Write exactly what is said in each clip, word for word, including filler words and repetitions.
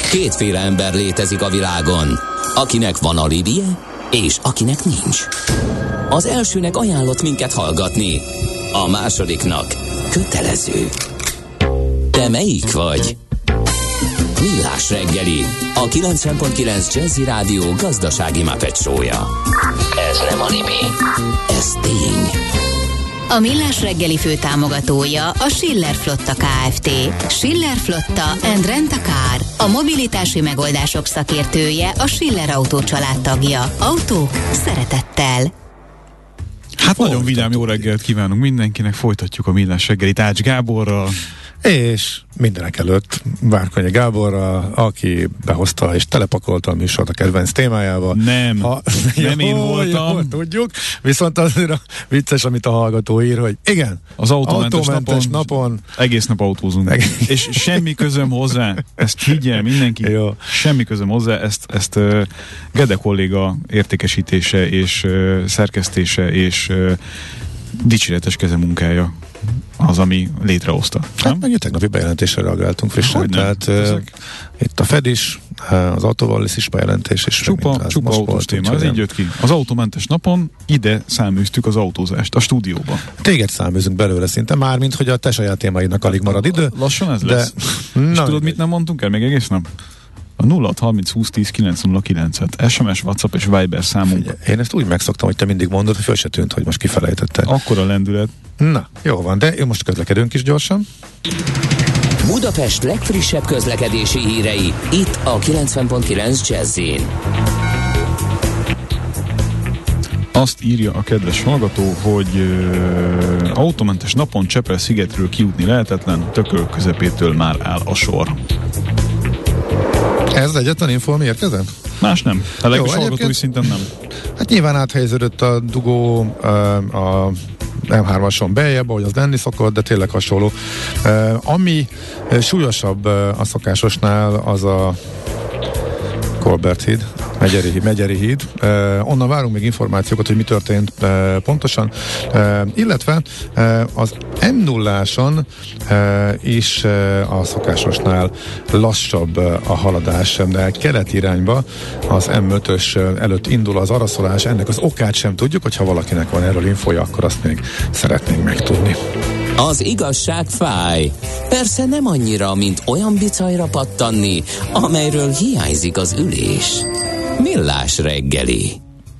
Kétféle ember létezik a világon, akinek van alibije, és akinek nincs. Az elsőnek ajánlott minket hallgatni, a másodiknak kötelező. Te melyik vagy? Millás reggeli, a kilencven pont kilenc Jazzy Rádió gazdasági Muppet show-ja. Ez nem anime, ez tény. A Millás reggeli főtámogatója a Schiller Flotta Kft. Schiller Flotta and Rent a Car. A mobilitási megoldások szakértője, a Schiller Autó család tagja. Autók szeretettel. Hát nagyon vidám jó reggelt kívánunk mindenkinek, folytatjuk a Millás reggelit Ács Gáborral. És mindenek előtt Várkonyi Gáborral, aki behozta és telepakolta a műsort a kedvenc témájával. Nem, ha, nem jó, én voltam. Jó, tudjuk, viszont azért a vicces, amit a hallgató ír, hogy igen, az autómentes, autómentes napon, napon egész nap autózunk. Egész. És semmi közöm hozzá, ezt higgyel mindenki, jó. Semmi közöm hozzá, ezt, ezt uh, Gede kolléga értékesítése és uh, szerkesztése és uh, dicséretes kezemunkája az, ami létrehozta. Hát meg a tegnapi bejelentésre reagáltunk frissen, tehát uh, itt a Fed is, az autóval is bejelentés, és csupa, csupa autós téma, ez így jött ki. Az autómentes napon ide száműztük az autózást a stúdióba. Téged száműzünk belőle szinte, mármint, hogy a te saját témáidnak alig marad idő. Lassan ez de... lesz. És tudod, mit nem mondtunk el még egész nap? A nulla hat harminc húsz tíz kilenc nulla kilencet es em es, WhatsApp és Viber számunk. Figyelj, én ezt úgy megszoktam, hogy te mindig mondod, hogy föl se tűnt, hogy most kifelejtetted. Akkora lendület. Na, jó van, de most közlekedünk is gyorsan. Budapest legfrissebb közlekedési hírei, itt a kilencven pont kilenc Jazzyn. Azt írja a kedves hallgató, hogy ö, autómentes napon Csepel-szigetről kijutni lehetetlen, Tököl közepétől már áll a sor. Ez egyetlen info, ami érkezett? Más nem. A legjobb hallgatói szinten nem. Hát nyilván áthelyeződött a dugó a em hármason beljebb, ahogy az lenni szokott, de tényleg hasonló. Ami súlyosabb a szokásosnál, az a Kolbert híd, Megyeri híd, Megyeri híd. Uh, onnan várunk még információkat, hogy mi történt uh, pontosan. Uh, illetve uh, az em nulláson uh, is uh, a szokásosnál lassabb uh, a haladás, de kelet irányba az em ötös előtt indul az araszolás. Ennek az okát sem tudjuk, hogyha valakinek van erről infója, akkor azt még szeretnénk megtudni. Az igazság fáj. Persze nem annyira, mint olyan bicajra pattanni, amelyről hiányzik az ülés. Millás reggeli.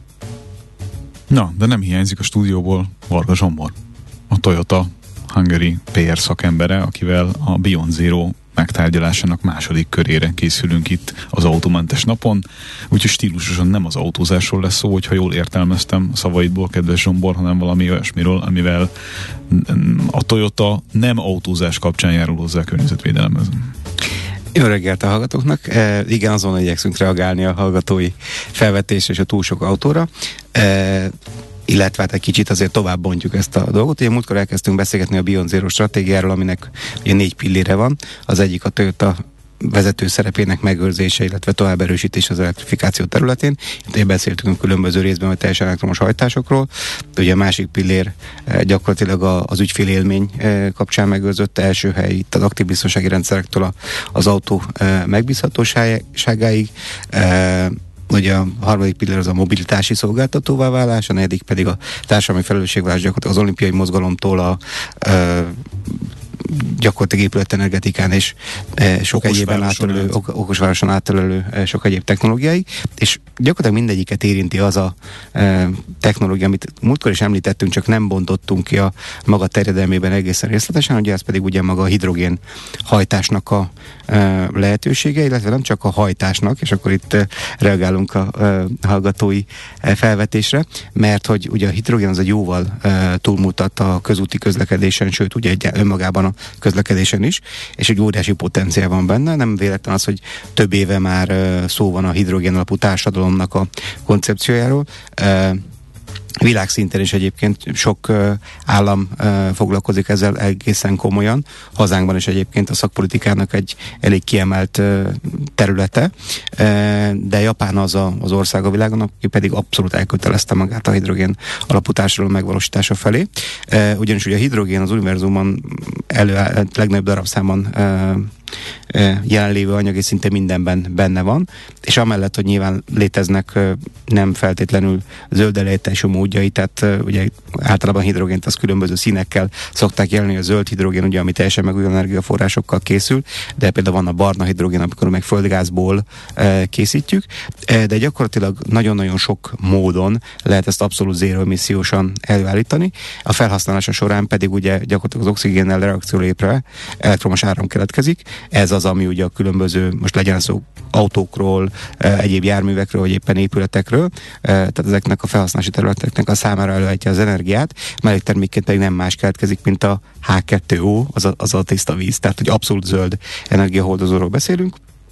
Na, de nem hiányzik a stúdióból Varga Zsombor, a Toyota Hungary pé er szakembere, akivel a Beyond Zero megtárgyalásának második körére készülünk itt az autómentes napon. Úgyhogy stílusosan nem az autózásról lesz szó, hogyha jól értelmeztem szavaidból, kedves Zsombor, hanem valami olyasmiről, amivel a Toyota nem autózás kapcsán járul hozzá a környezetvédelemhez. Jó reggelt a hallgatóknak. E, igen, azon igyekszünk reagálni a hallgatói felvetésre és a túl sok autóra. E, illetve hát egy kicsit azért tovább bontjuk ezt a dolgot. Ugye múltkor elkezdtünk beszélgetni a Beyond Zero stratégiáról, aminek ugye négy pillére van. Az egyik a Toyota vezető szerepének megőrzése, illetve tovább erősítés az elektrifikáció területén. Itt beszéltünk különböző részben, hogy teljesen elektromos hajtásokról. Ugye a másik pillér gyakorlatilag az ügyfél élmény kapcsán megőrzött első hely itt az aktív biztonsági rendszerektől az autó megbízhatóságáig. Ugye a harmadik pillér az a mobilitási szolgáltatóvá válás, a negyedik pedig a társadalmi felelősségvállalás, gyakorlatilag az olimpiai mozgalomtól a gyakorlatilag épületenergetikán és e, sok egyébben átölelő, ok, okosvároson átölelő e, sok egyéb technológiai, és gyakorlatilag mindegyiket érinti az a e, technológia, amit múltkor is említettünk, csak nem bontottunk ki a maga terjedelmében egészen részletesen, ugye ez pedig ugye maga a hidrogén hajtásnak a e, lehetősége, illetve nem csak a hajtásnak, és akkor itt e, reagálunk a e, hallgatói e, felvetésre, mert hogy ugye a hidrogén az egy jóval e, túlmutat a közúti közlekedésen, sőt ugye egy önmagában a közlekedésen is, és egy óriási potenciál van benne. Nem véletlen az, hogy több éve már uh, szó van a hidrogén alapú társadalomnak a koncepciójáról. Uh, Világszinten is egyébként sok uh, állam uh, foglalkozik ezzel egészen komolyan. Hazánkban is egyébként a szakpolitikának egy elég kiemelt uh, területe, uh, de Japán az a, az ország a világon, aki pedig abszolút elkötelezte magát a hidrogén alapú társadalom megvalósítása felé. Uh, ugyanis ugye a hidrogén az univerzumon elő, legnagyobb darabszámon uh, jelenlévő anyag és szinte mindenben benne van, és amellett, hogy nyilván léteznek nem feltétlenül zöld elejtésű módjai, tehát ugye általában hidrogént az különböző színekkel szokták jelenni, a zöld hidrogén, ugye, ami teljesen megújuló energiaforrásokkal készül, de például van a barna hidrogén, amikor meg földgázból készítjük, de gyakorlatilag nagyon-nagyon sok módon lehet ezt abszolút zéro emissziósan előállítani. A felhasználása során pedig ugye gyakorlatilag az oxigénnel reakciólépre elektromos áram keletkezik. Ez az, ami ugye a különböző, most legyen szó autókról, egyéb járművekről, vagy éppen épületekről, tehát ezeknek a felhasználási területeknek a számára előállítja az energiát, melléktermékként pedig nem más keletkezik, mint a há kettő ó, az a, az a tiszta víz, tehát hogy abszolút zöld energiahordozóról beszélünk.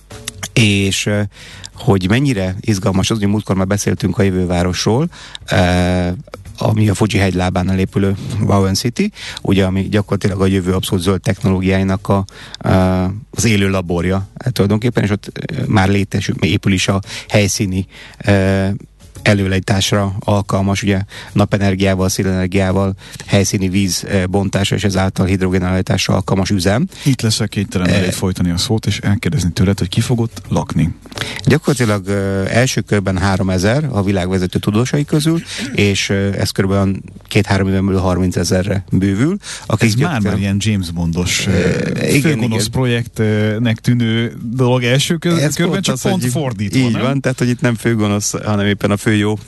És hogy mennyire izgalmas az, hogy múltkor már beszéltünk a jövővárosról, ami a Fuji hegylábánál épülő Wow City, ugye, ami gyakorlatilag a jövő abszolút zöld technológiáinak a, a, az élő laborja tulajdonképpen, és ott már létesül, épül is a helyszíni előállításra alkalmas, ugye napenergiával, szélenergiával, helyszíni víz bontása és ezáltal hidrogén előállításra alkalmas üzem. Itt leszek kénytelen elég folytani a szót, és elkérdezni tőled, hogy ki fogott lakni. Gyakorlatilag uh, első körben háromezer a világvezető tudósai közül, és uh, ez körülbelül két-három éven belül harmincezerre bővül. Ez már már ilyen James Bondos uh, főgonosz projektnek tűnő dolog első kö- körben, csak pont fordítva. Így nem? Van, tehát hogy itt nem főgonosz, hanem éppen a fő jó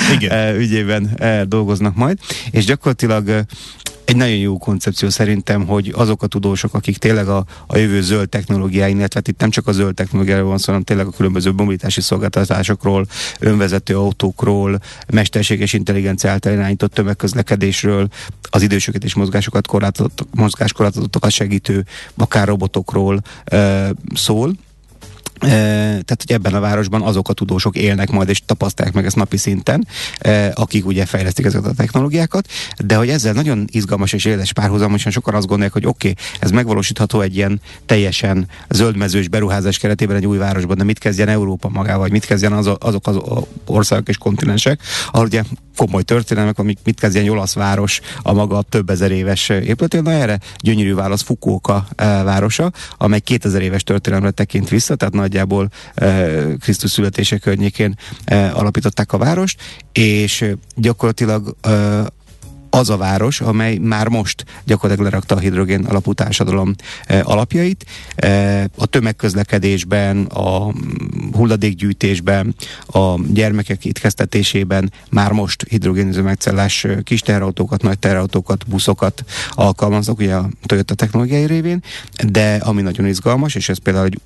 ügyében dolgoznak majd, és gyakorlatilag egy nagyon jó koncepció szerintem, hogy azok a tudósok, akik tényleg a, a jövő zöld technológiáin, illetve itt nem csak a zöld technológiáról van szó, hanem tényleg a különböző mobilitási szolgáltatásokról, önvezető autókról, mesterséges intelligencia által irányított tömegközlekedésről, az idősöket és mozgásokat mozgáskorlátozottakat segítő, akár robotokról e, szól. E, tehát, hogy ebben a városban azok a tudósok élnek majd és tapasztalják meg ezt napi szinten, e, akik ugye fejlesztik ezeket a technológiákat, de hogy ezzel nagyon izgalmas és éles párhuzamosan sokan azt gondolják, hogy oké, okay, ez megvalósítható egy ilyen teljesen zöldmezős beruházás keretében egy új városban, de mit kezdjen Európa magával, vagy mit kezdjen az, azok az országok és kontinensek, ahol ugye komoly történelmek, amik mit kezdjen egy olasz város a maga több ezer éves épületén. Na erre gyönyörű válasz Fukuoka e, városa, amely kétezer éves történelemre tekint vissza, tehát nagyjából e, Krisztus születése környékén e, alapították a várost, és gyakorlatilag e, az a város, amely már most gyakorlatilag lerakta a hidrogén alapú társadalom e, alapjait. E, a tömegközlekedésben, a hulladékgyűjtésben, a gyermekek étkeztetésében már most hidrogénüzemanyagcellás kis teherautókat, nagy teherautókat, buszokat alkalmaznak, ugye a Toyota technológiai révén, de ami nagyon izgalmas, és ez például egy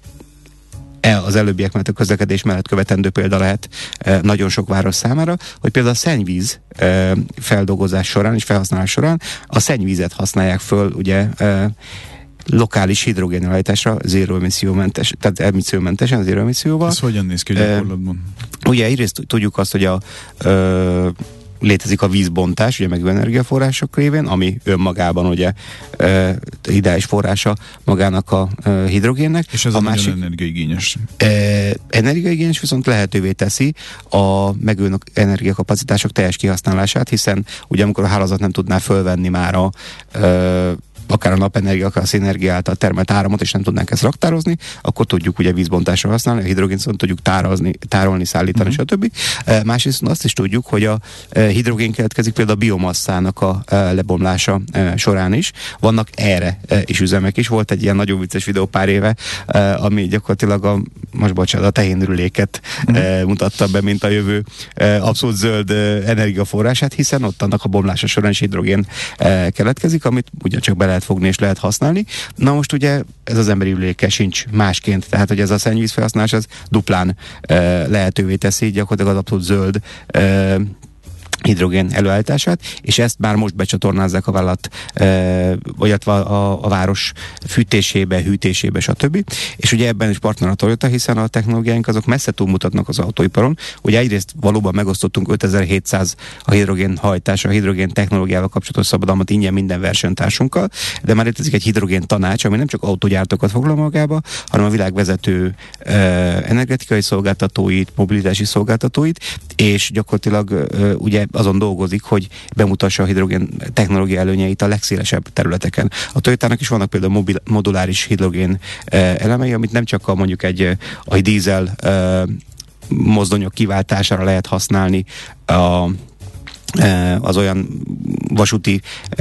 az előbbiek mellett a közlekedés mellett követendő példa lehet e, nagyon sok város számára, hogy például a szennyvíz e, feldolgozás során és felhasználás során a szennyvízet használják föl ugye e, lokális hidrogénelőállításra zéró emissziómentes, tehát emissziómentesen, zéró emisszióval. Ez hogyan néz ki gyakorlatban? E, ugye egyrészt tudjuk azt, hogy a e, létezik a vízbontás, ugye megújuló energiaforrások révén, ami önmagában ugye e, ideális forrása magának a e, hidrogénnek. És ez a, a másik nagyon energiaigényes. E, energiaigényes viszont lehetővé teszi a megújuló energiakapacitások teljes kihasználását, hiszen ugye amikor a hálózat nem tudná fölvenni már a e, akár a napenergia, akár a szénenergia által termelt áramot, és nem tudnánk ezt raktározni, akkor tudjuk ugye vízbontásra használni, a hidrogént szóval tudjuk tározni, tárolni, szállítani, uh-huh. stb. E, másrészt azt is tudjuk, hogy a e, hidrogén keletkezik például a biomasszának a e, lebomlása e, során is. Vannak erre e, is üzemek is. Volt egy ilyen nagyon vicces videó pár éve, e, ami gyakorlatilag a, most bocsánat, a tehénrüléket uh-huh. e, mutatta be, mint a jövő e, abszolút zöld e, energiaforrását, hiszen ott annak a bomlása során is hidrogén e, keletkezik, amit ugyancsak be lehet fogni és lehet használni. Na most ugye ez az emberi üléke sincs másként, tehát hogy ez a szennyvíz felhasználás az duplán e, lehetővé teszi gyakorlatilag az abszolút zöld e, hidrogén előállítását, és ezt már most becsatornázzák a vállalat, e, vagy a, a, a város fűtésébe, hűtésébe, stb. És ugye ebben is partner a Toyota, hiszen a technológiáink azok messze túlmutatnak az autóiparon. Ugye egyrészt valóban megosztottunk ötezer-hétszáz a hidrogén hajtás, a hidrogén technológiával kapcsolatos szabadalmat ingyen minden versenytársunkkal, de már létezik egy hidrogén tanács, ami nem csak autógyártókat foglal magába, hanem a világ vezető e, energetikai szolgáltatóit, mobilitási szolgáltatóit, és gyakorlatilag e, ugye azon dolgozik, hogy bemutassa a hidrogén technológia előnyeit a legszélesebb területeken. A Toyotának is vannak például mobil, moduláris hidrogén elemei, amit nem csak a, mondjuk egy a dízel mozdonyok kiváltására lehet használni a az olyan vasúti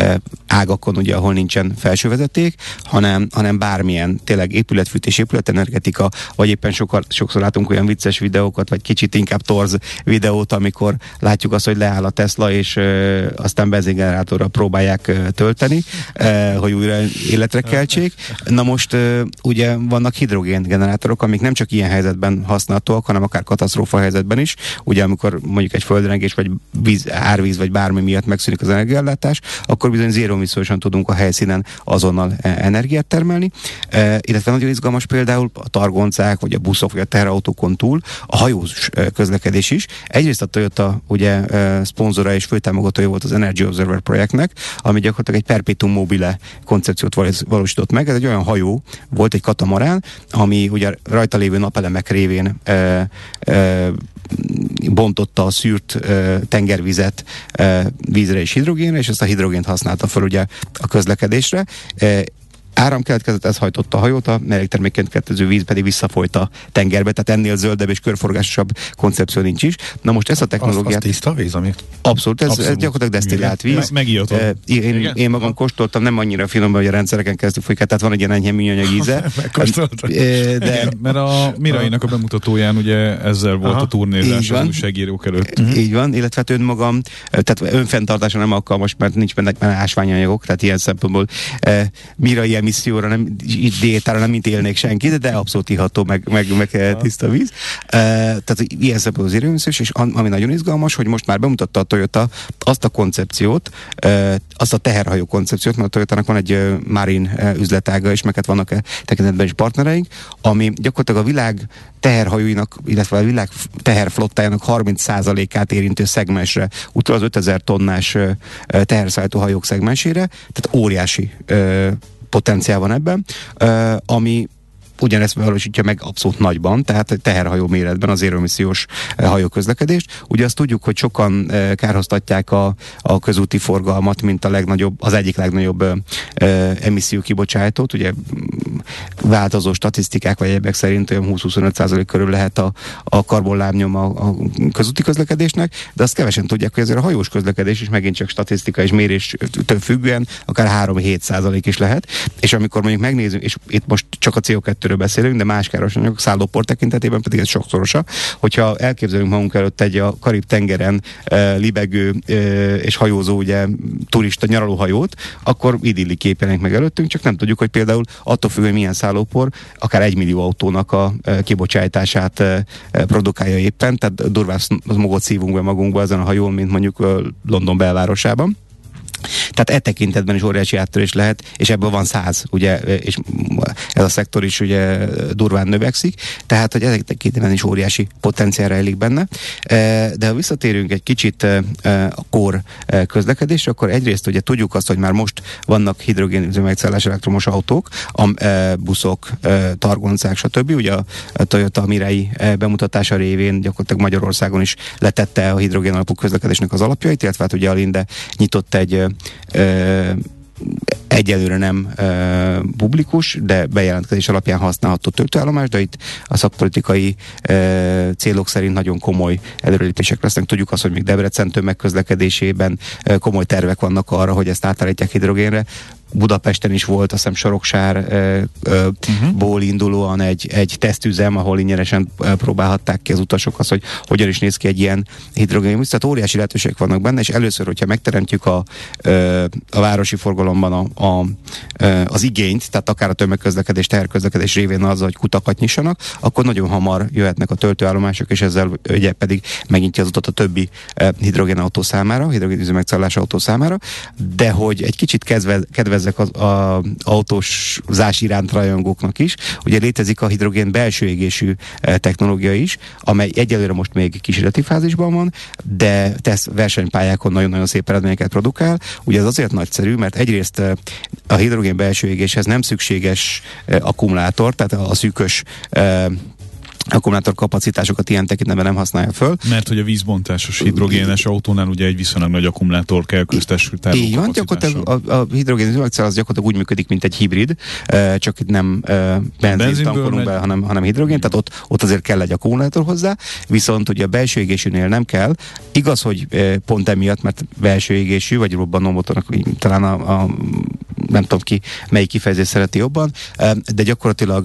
ágakon, ugye, ahol nincsen felsővezeték, hanem, hanem bármilyen tényleg épületfűtés, épületenergetika, vagy éppen sokkal, sokszor látunk olyan vicces videókat, vagy kicsit inkább torz videót, amikor látjuk azt, hogy leáll a Tesla, és ö, aztán benzingenerátorra próbálják ö, tölteni, ö, hogy újra életre keltsék. Na most ö, ugye vannak hidrogén generátorok, amik nem csak ilyen helyzetben használhatóak, hanem akár katasztrófa helyzetben is, ugye amikor mondjuk egy földrengés, vagy víz, árvíz, vagy bármi miatt megszűnik az energiaellátás, akkor bizony zero emissziósan tudunk a helyszínen azonnal energiát termelni. E, illetve nagyon izgalmas például a targoncák, vagy a buszok, vagy a teherautókon túl a hajós közlekedés is. Egyrészt a Toyota ugye szponzora és főtámogatója volt az Energy Observer projektnek, ami gyakorlatilag egy perpetuum mobile koncepciót valósított meg. Ez egy olyan hajó, volt egy katamarán, ami ugye rajta lévő napelemek révén e, e, bontotta a szűrt e, tengervizet e, vízre és hidrogénre, és ezt a hidrogént használta fel ugye a közlekedésre. E, Áram keletkezett, ez hajtotta a hajót, a melléktermékként keletkező víz pedig visszafolyt a tengerbe, tehát ennél zöldebb és körforgásosabb koncepció nincs is. Na most ezt a technológiát... Az, az tiszta víz, amit... Abszolút, ez, Abszolút. ez gyakorlatilag desztillált víz. Megírtad. E, én, én magam kóstoltam, nem annyira finom, hogy a rendszereken keresztül folyik, tehát van egy ilyen enyhe műanyag íze. Megkóstoltam. E, de... Igen, mert a Mirai-nak a bemutatóján ugye ezzel volt Aha. a turnézás az újságírók előtt. Uh-huh. Így van, illetve hát önmagam, tehát önfenntartásra nem alkalmas, mert nincs benne ásványanyagok, tehát ilyen szempontból e, Mirai emisszióra, nem, diétára nem ítélnék senkit, de abszolút iható, meg, meg, meg tiszta víz. Uh, tehát ilyen szempontból az érőemissziós, és ami nagyon izgalmas, hogy most már bemutatta a Toyota azt a koncepciót, uh, azt a teherhajó koncepciót, mert a Toyotának van egy uh, marine uh, üzletága, és meg hát vannak uh, tekintetben is partnereink, ami gyakorlatilag a világ teherhajóinak, illetve a világ teherflottájának harminc százalékát érintő szegmensre utal, az ötezer tonnás uh, teherszállító hajók szegmensére, tehát óriási uh, potenciál van ebben, uh, ami ugyanezt valósítja meg abszolút nagyban, tehát teherhajó méretben az zéróemissziós hajóközlekedést. Ugye azt tudjuk, hogy sokan uh, kárhoztatják a, a közúti forgalmat, mint a legnagyobb, az egyik legnagyobb uh, emisszió kibocsátót. Ugye változó statisztikák vagy egyebek szerint olyan húsz-huszonöt százalék körül lehet a, a karbonlábnyom a, a közúti közlekedésnek, de azt kevesen tudják, hogy azért a hajós közlekedés is megint csak statisztika és mérés több függően akár három-hét százalék is lehet. És amikor mondjuk megnézzük, és itt most csak a cé o kettőről beszélünk, de más káros anyagok, szállópor tekintetében pedig ez sokszorosa, hogyha elképzelünk magunk előtt egy a Karib-tengeren e, libegő e, és hajózó ugye turista nyaralóhajót, akkor idilli képenek meg előttünk, csak nem tudjuk, hogy például attól függ, hogy milyen szállópor, akár egy millió autónak a e, kibocsátását e, produkálja éppen, tehát durván smogot szívunk be magunkba ezen a hajón, mint mondjuk e, London belvárosában. Tehát e tekintetben is óriási áttörés lehet, és ebből van száz, ugye, és ez a szektor is ugye durván növekszik, tehát, hogy ezek tekintetben is óriási potenciál rejlik benne. De ha visszatérünk egy kicsit a kor közlekedésre, akkor egyrészt ugye tudjuk azt, hogy már most vannak hidrogén üzemanyagcellás elektromos autók, buszok, targoncák, stb. Ugye a Toyota Mirai bemutatása révén gyakorlatilag Magyarországon is letette a hidrogén alapú közlekedésnek az alapjait, illetve hát ugye a Linde nyitott egy Ö, egyelőre nem ö, publikus, de bejelentkezés alapján használható töltőállomás, de itt a szakpolitikai ö, célok szerint nagyon komoly előrelépések lesznek. Tudjuk azt, hogy még Debrecen tömegközlekedésében ö, komoly tervek vannak arra, hogy ezt átállítják hidrogénre. Budapesten is volt, azt hiszem Sorokságból uh-huh. indulóan egy, egy tesztüzem, ahol ingyenesen próbálhatták ki az utasok azt, hogy hogyan is néz ki egy ilyen hidrogénbusz. Tehát óriási lehetőségek vannak benne, és először, hogyha megteremtjük a, a városi forgalomban a, a, az igényt, tehát akár a tömegközlekedés, teherközlekedés révén azzal, hogy kutakat nyissanak, akkor nagyon hamar jöhetnek a töltőállomások, és ezzel ugye pedig megnyitja az utat a többi hidrogénautó számára, hidrogénüzemanyagcellás autó számára, de hogy egy kicsit kedve, kedvez ezek az a, autózás iránt rajongóknak is. Ugye létezik a hidrogén belső égésű e, technológia is, amely egyelőre most még kísérleti fázisban van, de teszt versenypályákon nagyon-nagyon szép eredményeket produkál. Ugye ez azért nagyszerű, mert egyrészt e, a hidrogén belső égéshez nem szükséges e, akkumulátor, tehát a, a szűkös e, akkumulátor kapacitásokat ilyen tekintetben nem használja föl. Mert hogy a vízbontásos hidrogénes autónál ugye egy viszonylag nagy akkumulátor kell köztes tároló Így van, gyakorlatilag a, a hidrogén üzemanyagcell az gyakorlatilag úgy működik, mint egy hibrid, csak itt nem benzint tankolunk be, hanem, hanem hidrogén, tehát ott, ott azért kell egy akkumulátor hozzá, viszont ugye a belső égésűnél nem kell. Igaz, hogy pont emiatt, mert belső égésű, vagy robbanómotornak talán a, a nem tudom ki, melyik kifejezés szereti jobban, de gyakorlatilag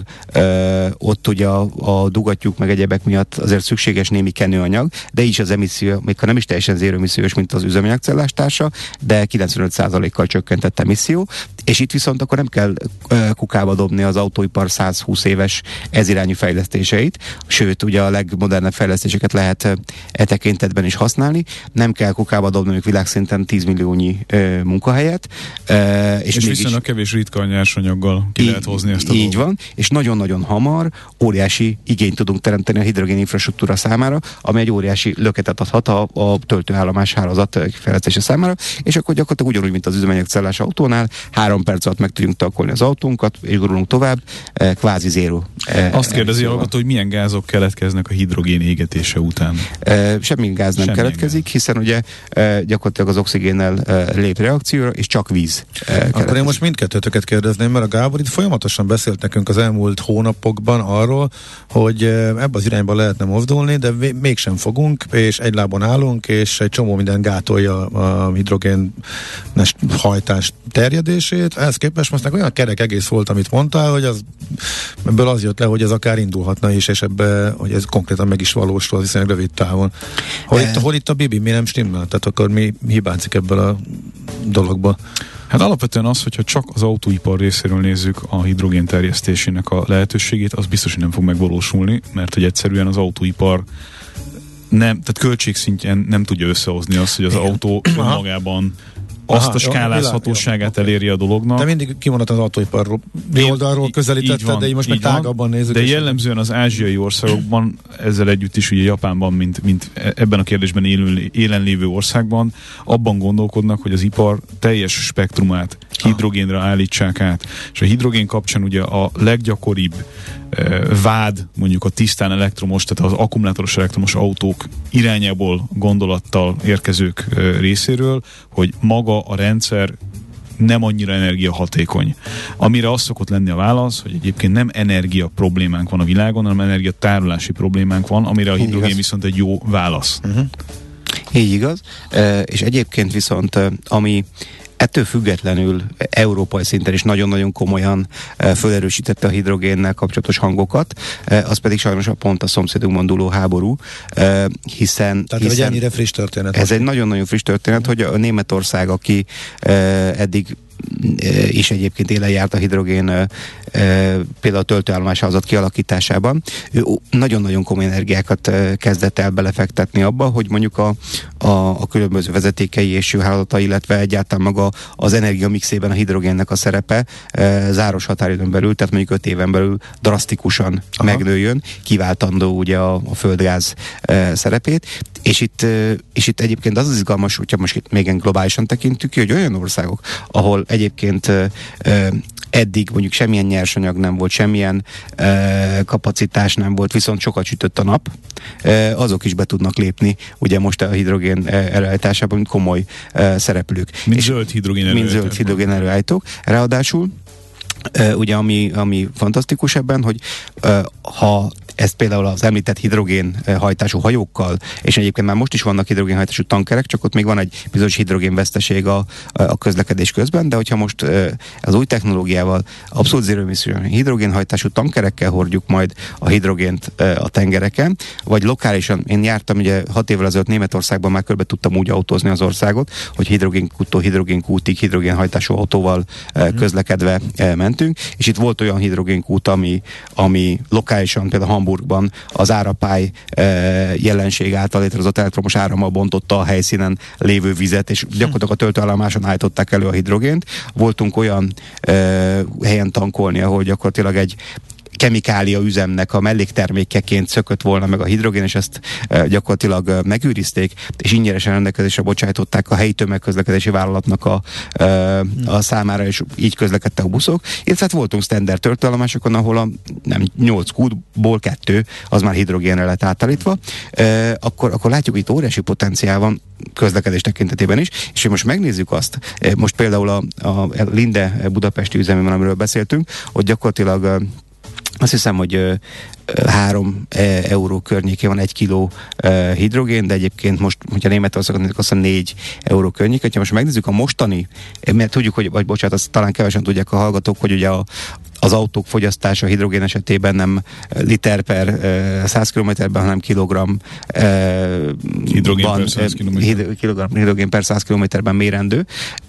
ott ugye a, a dugattyúk meg egyebek miatt azért szükséges némi kenőanyag, de így is az emisszió, még ha nem is teljesen zéró emissziós, mint az üzemanyagcellás társa, de kilencvenöt százalékkal csökkentett emisszió, és itt viszont akkor nem kell kukába dobni az autóipar százhúsz éves ezirányú fejlesztéseit, sőt, ugye a legmodernebb fejlesztéseket lehet e tekintetben is használni, nem kell kukába dobni világszinten tíz milliónyi ö, munkahelyet. Ö, és és viszonylag kevés ritka nyersanyaggal ki így, lehet hozni ezt a Így dolgot. van, és nagyon-nagyon hamar óriási igényt tudunk teremteni a hidrogén infrastruktúra számára, ami egy óriási löketet adhat a, a töltőállomás hálózat fejlesztése számára, és akkor gyakorlatilag ugyanúgy, mint az üzemanyagcellás autónál, három perc alatt meg tudjunk tankolni az autónkat, és gurulunk tovább, kvázi zéró. Azt kérdezi a hallgató, hogy milyen gázok keletkeznek a hidrogén égetése után? Semmi gáz nem Semmi keletkezik, gáz. Hiszen ugye gyakorlatilag az oxigénnel lép reakcióra, és csak víz. Akkor én most mindkettőtöket kérdezném, mert a Gábor itt folyamatosan beszélt nekünk az elmúlt hónapokban arról, hogy ebbe az irányba lehetne mozdulni, de mégsem fogunk, és egy lábon állunk, és egy csomó minden gátolja a hidrogénes hajtás terjedését. Ehhez képest most olyan kerek egész volt, amit mondtál, hogy az, ebből az jött le, hogy ez akár indulhatna is, és ebbe, hogy ez konkrétan meg is valósul, hiszen rövid távon. Hol, itt, hol itt a Bibi, mi nem stimmel? Tehát akkor mi hibázik ebből a dologba? Hát alapvetően az, hogyha csak az autóipar részéről nézzük a hidrogén terjesztésének a lehetőségét, az biztos, hogy nem fog megvalósulni, mert hogy egyszerűen az autóipar nem, tehát költségszintjén nem tudja összehozni azt, hogy az Igen. autó magában azt Aha, a skálázhatóságát eléri a dolognak. De mindig kimondottan az autóipar oldalról közelítette, de így most meg tágabban nézzük. De jellemzően az ázsiai országokban, ezzel együtt is ugye Japánban, mint, mint ebben a kérdésben élő, élen lévő országban, abban gondolkodnak, hogy az ipar teljes spektrumát hidrogénre állítsák át. És a hidrogén kapcsán ugye a leggyakoribb eh, vád, mondjuk a tisztán elektromos, tehát az akkumulátoros elektromos autók irányából gondolattal érkezők eh, részéről, hogy maga a rendszer nem annyira energiahatékony. Amire az szokott lenni a válasz, hogy egyébként nem energia problémánk van a világon, hanem energiatárolási problémánk van, amire a hidrogén viszont egy jó válasz. Uh-huh. Így igaz. E, és egyébként viszont, ami ettől függetlenül európai szinten is nagyon-nagyon komolyan e, felerősítette a hidrogénnel kapcsolatos hangokat, e, az pedig sajnos a pont a szomszédunkban dúló háború, e, hiszen... Tehát hiszen egy ennyire friss történet. Ez egy nagyon-nagyon friss történet, hogy a Németország, aki e, eddig és egyébként élen járt a hidrogén e, például a töltőállomás hálózat kialakításában. Ő nagyon-nagyon komoly energiákat e, kezdett el belefektetni abba, hogy mondjuk a, a, a különböző vezetékei és hálózata, illetve egyáltalán maga az energiamixében a hidrogénnek a szerepe e, záros határidőn belül, tehát mondjuk öt éven belül drasztikusan Aha. megnőjön, kiváltandó ugye a, a földgáz e, szerepét, és itt, e, és itt egyébként az az izgalmas, hogyha most itt még globálisan tekintjük ki, hogy olyan országok, ahol egyébként e, e, eddig mondjuk semmilyen nyersanyag nem volt, semmilyen e, kapacitás nem volt, viszont sokat sütött a nap, e, azok is be tudnak lépni, ugye most a hidrogén előállításában, mint komoly e, szereplők. Mint zöld hidrogén előállítók. Mint zöld hidrogén előállítók. Ráadásul, e, ugye ami, ami fantasztikus ebben, hogy e, ha ezt például az említett hidrogénhajtású hajókkal, és egyébként már most is vannak hidrogénhajtású tankerek, csak ott még van egy bizonyos hidrogénveszteség a, a közlekedés közben, de hogyha most az új technológiával abszolút zéró emissziós hidrogénhajtású tankerekkel hordjuk majd a hidrogént a tengereken, vagy lokálisan, én jártam ugye hat évvel ezelőtt Németországban, már körbe tudtam úgy autózni az országot, hogy hidrogénkúttól hidrogénkútig hidrogénhajtású autóval mm. közlekedve mentünk, és itt volt olyan hidrogénkút, ami, ami lokálisan például Hamburgban az árapály e, jelenség által létrehozott elektromos árammal bontotta a helyszínen lévő vizet, és gyakorlatilag a töltőállomáson állították elő a hidrogént. Voltunk olyan e, helyen tankolni, ahol gyakorlatilag egy kemikália üzemnek a melléktermékeként szökött volna meg a hidrogén, és ezt e, gyakorlatilag e, megőrizték, és ingyenesen rendelkezésre bocsájtották a helyi tömegközlekedési vállalatnak a, e, a számára, és így közlekedtek a buszok. Illetve hát voltunk standard töltőállomásokon, ahol a nem nyolc kútból kettő, az már hidrogénre lett átállítva. E, akkor, akkor látjuk, hogy itt óriási potenciál van közlekedés tekintetében is, és hogy most megnézzük azt, e, most például a, a Linde budapesti üzemében, amiről beszéltünk, hogy gyakorlatilag e, azt hiszem, hogy három euró környékén van egy kiló uh, hidrogén, de egyébként most, hogyha Németországon nézzük, azt mondja négy euró környékén. Ha most megnézzük a mostani, mert tudjuk, hogy, vagy bocsánat, azt talán kevesen tudják a hallgatók, hogy ugye a, az autók fogyasztása a hidrogén esetében nem liter per uh, száz kilométerben, hanem kilogramm uh, hidrogén, van, per száz hid, kilogramm hidrogén per száz kilométerben mérendő. Uh,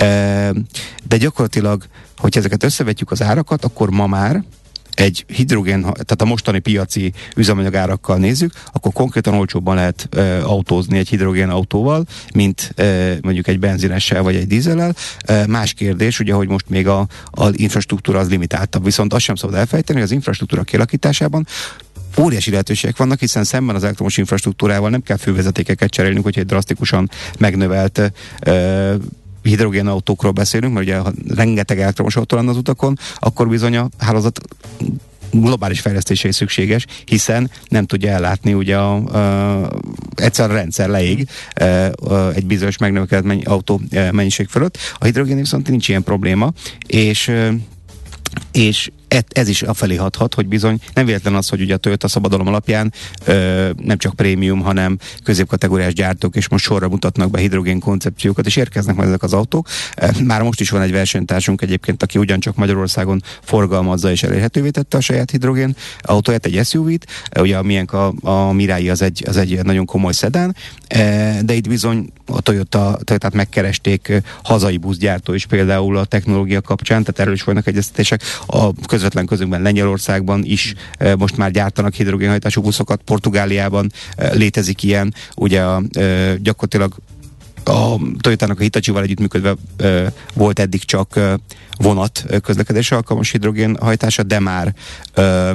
de gyakorlatilag, hogyha ezeket összevetjük az árakat, akkor ma már egy hidrogén, tehát a mostani piaci üzemanyagárakkal nézzük, akkor konkrétan olcsóbban lehet e, autózni egy hidrogén autóval, mint e, mondjuk egy benzinessel vagy egy dízellel. E, más kérdés, ugye, hogy most még a, a infrastruktúra az limitáltabb, viszont azt sem szabad elfejteni, hogy az infrastruktúra kialakításában óriási lehetőségek vannak, hiszen szemben az elektromos infrastruktúrával nem kell fővezetékeket cserélnünk, hogyha egy drasztikusan megnövelt e, hidrogénautókról beszélünk, mert ugye ha rengeteg elektromos autó lenne az utakon, akkor bizony a hálózat globális fejlesztése is szükséges, hiszen nem tudja ellátni ugye a, a, egyszer a rendszer leég a, a, egy bizonyos megnövekedett menny, autó mennyiség fölött. A hidrogén viszont nincs ilyen probléma, és és ez is afelé hathat, hogy bizony nem véletlen az, hogy ugye a Toyota szabadalom alapján ö, nem csak prémium, hanem középkategóriás gyártók, és most sorra mutatnak be hidrogén koncepciókat, és érkeznek majd ezek az autók. Már most is van egy versenytársunk egyébként, aki ugyancsak Magyarországon forgalmazza és elérhetővé tette a saját hidrogén autóját, egy es u vét, ugye a miénk a, a Mirai az egy, az egy nagyon komoly szedán, de itt bizony a Toyota, Toyotát megkeresték hazai buszgyártó is például a technológia kapcsán, tehát erről is folynak egyeztetések. A közvetlen közünkben Lengyelországban is e, most már gyártanak hidrogénhajtású buszokat, Portugáliában e, létezik ilyen, ugye e, gyakorlatilag a Toyotának a Hitachival együttműködve e, volt eddig csak e, vonat közlekedésre alkalmas hidrogénhajtása, de már e,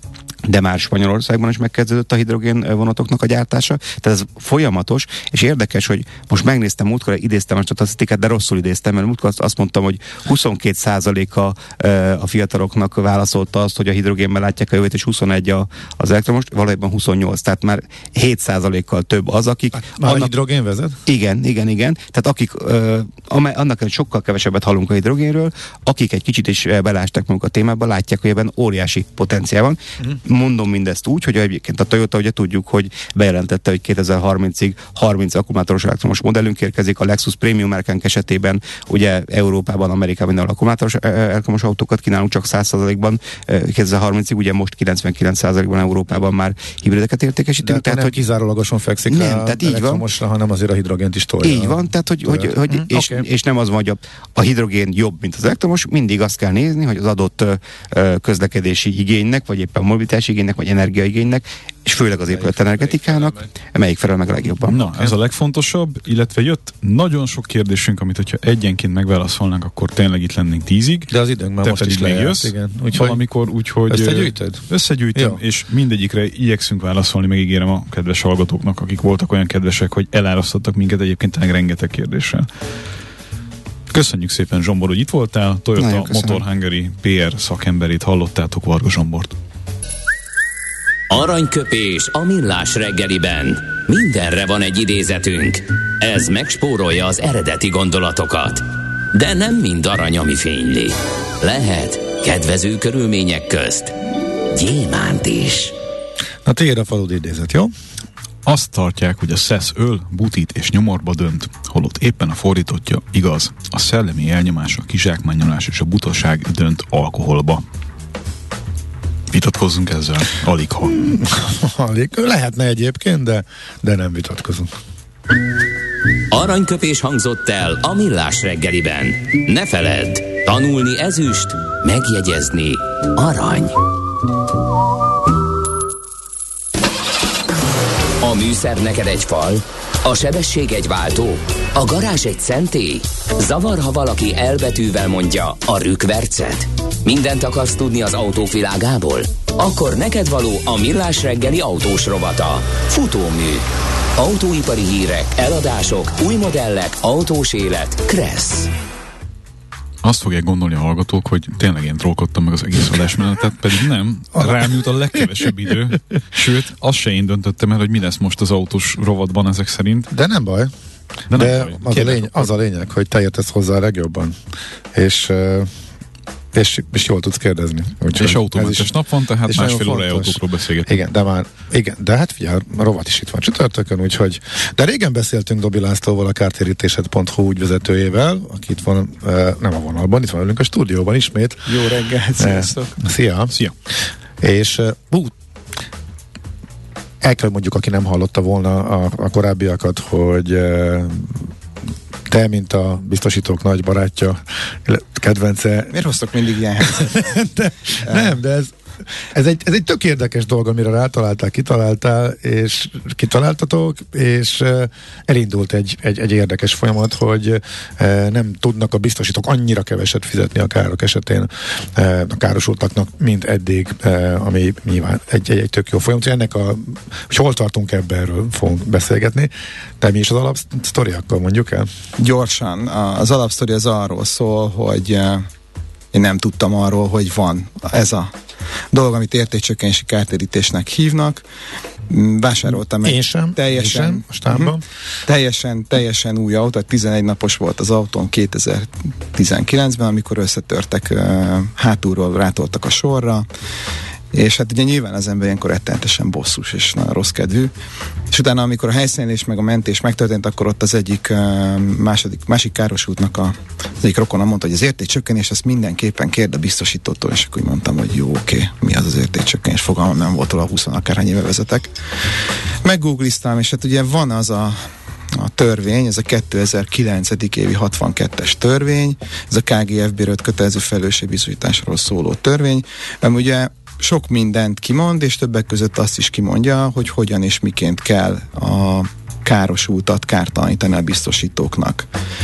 de már Spanyolországban is megkezdődött a hidrogén vonatoknak a gyártása, tehát ez folyamatos, és érdekes, hogy most megnéztem, múltkor idéztem a statisztikát, de rosszul idéztem, mert múltkor azt mondtam, hogy huszonkét százaléka a fiataloknak válaszolta azt, hogy a hidrogénben látják a jövőt, és huszonegy a, az elektromos, valójában huszonnyolc, tehát már hét százalékkal több az, akik... Hát, már annak, hidrogén vezet? Igen, igen, igen. Tehát akik, uh, amely, annak sokkal kevesebbet hallunk a hidrogénről, akik egy kicsit is belásták magukat a témába, látják, hogy ebben óriási potenciál van. Uh-huh. Mondom mindezt úgy, hogy egyébként a Toyota, ugye tudjuk, hogy bejelentette, hogy kétezer-harmincig harminc akkumulátoros elektromos modellünk érkezik, a Lexus Premium márkánk esetében ugye Európában, Amerikában minden akkumulátoros elektromos autókat kínálunk csak száz százalékban kétezer-harmincig, ugye most kilencvenkilenc százalékban Európában már hibrideket értékesítünk. De tehát, nem hogy kizárólagosan fekszik nem, rá tehát így van, hanem azért a hidrogént is tolja. Így van, tehát hogy, hogy, hogy mm, és, okay. és nem az van, hogy a, a hidrogén jobb, mint az elektromos, mindig azt kell nézni, hogy az adott ö, közlekedési igénynek, vagy éppen mobilitási igénynek, vagy energiaigénynek, és főleg az épület energetikának, melyik felel meg a legjobban. Na, ez a legfontosabb, illetve jött nagyon sok kérdésünk, amit hogyha egyenként megválaszolnánk, akkor tényleg itt lennénk tízig. De az időnk már most is lejárt, igen. Úgyhogy valamikor, úgyhogy összegyűjtöd? Összegyűjtöm, ja. És mindegyikre igyekszünk válaszolni, megígérem a kedves hallgatóknak, akik voltak olyan kedvesek, hogy elárasztottak minket egyébként tényleg rengeteg kérdéssel. Köszönjük szépen, Zsombor, hogy itt voltál. Toyota Motor Hungary pé er szakemberét hallottátok, Varga Zsombort. Aranyköpés a millás reggeliben. Mindenre van egy idézetünk. Ez megspórolja az eredeti gondolatokat. De nem mind arany, ami fényli. Lehet kedvező körülmények közt gyémánt is. Na, tiéd a faludi idézet, jó? Azt tartják, hogy a szesz öl, butít és nyomorba dönt, holott éppen a fordítottja igaz. A szellemi elnyomás, a kizsákmányolás és a butaság dönt alkoholba. Vitatkozzunk ezzel? Alig ha. Alig. Lehetne egyébként, de, de nem vitatkozunk. Aranyköpés hangzott el a millás reggeliben. Ne feledd, tanulni ezüst, megjegyezni arany. A műszer neked egy fal, a sebesség egy váltó, a garázs egy szentély. Zavar, ha valaki elbetűvel mondja a rükvercet. Mindent akarsz tudni az autóvilágából? Akkor neked való a Millás reggeli autós rovata. Futómű. Autóipari hírek, eladások, új modellek, autós élet. Kressz. Azt fogják gondolni a hallgatók, hogy tényleg én trollkodtam meg az egész adásmenetet, pedig nem, rám jut a legkevesebb idő. Sőt, azt se én döntöttem el, hogy mi lesz most az autós rovatban ezek szerint. De nem baj. De, De nem baj. Az, a lény, az a lényeg, hogy te értesz hozzá a legjobban. És... És, és jól tudsz kérdezni. Úgy, és autómentes nap van, tehát másfél óra autókról beszélgetünk. Igen, de már, igen, de hát figyelj, a rovat is itt van csütörtökön, úgyhogy, de régen beszéltünk Dobi Lászlóval, a kártérítésed pont hu ügyvezetőjével, aki itt van, nem a vonalban, itt van velünk a stúdióban ismét. Jó reggelt, sziasztok! Szia! Szia! És hú, el kell mondjuk, aki nem hallotta volna a, a korábbiakat, hogy te, mint a biztosítók nagy barátja, kedvence. Miért hoztok mindig ilyen helyzetet? de, nem, de ez, ez, egy, ez egy tök érdekes dolog, amire rátaláltál, kitaláltál, és kitaláltatok, és uh, elindult egy, egy, egy érdekes folyamat, hogy uh, nem tudnak a biztosítók annyira keveset fizetni a károk esetén uh, a károsultaknak, mint eddig, uh, ami nyilván egy, egy, egy tök jó folyamat. Ennek a, hogy hol tartunk ebben, erről fogunk beszélgetni. De mi is az alapsztori, akkor mondjuk el? Gyorsan. Az alapsztori az arról szól, hogy uh, én nem tudtam arról, hogy van ez a dolog, amit értékcsökkenési kártérítésnek hívnak. Vásároltam egy én sem, teljesen, én sem, uh-huh, teljesen, teljesen új autó, tizenegy napos volt az autón kétezer-tizenkilencben, amikor összetörtek, uh, hátulról rátoltak a sorra, és hát ugye nyilván az ember ilyenkor rettenetesen bosszus és nagyon rossz kedvű. És utána, amikor a helyszínelés meg a mentés megtörtént, akkor ott az egyik uh, második, másik károsultnak a, az egyik rokona mondta, hogy az értékcsökkenés, azt mindenképpen kérd a biztosítótól, és akkor mondtam, hogy jó, oké, okay, mi az az értékcsökkenés, fogalmam nem volt, a húsz akárhány éve vezetek. Meggoogliztam, és hát ugye van az a a törvény, ez a kétezer-kilenc. évi hatvankettes törvény, ez a ká gé ef bé-ről kötelező felelősségbiztosításról szóló törvény, ami ugye sok mindent kimond, és többek között azt is kimondja, hogy hogyan és miként kell a károsultat kártalanítani a biztosítóknak.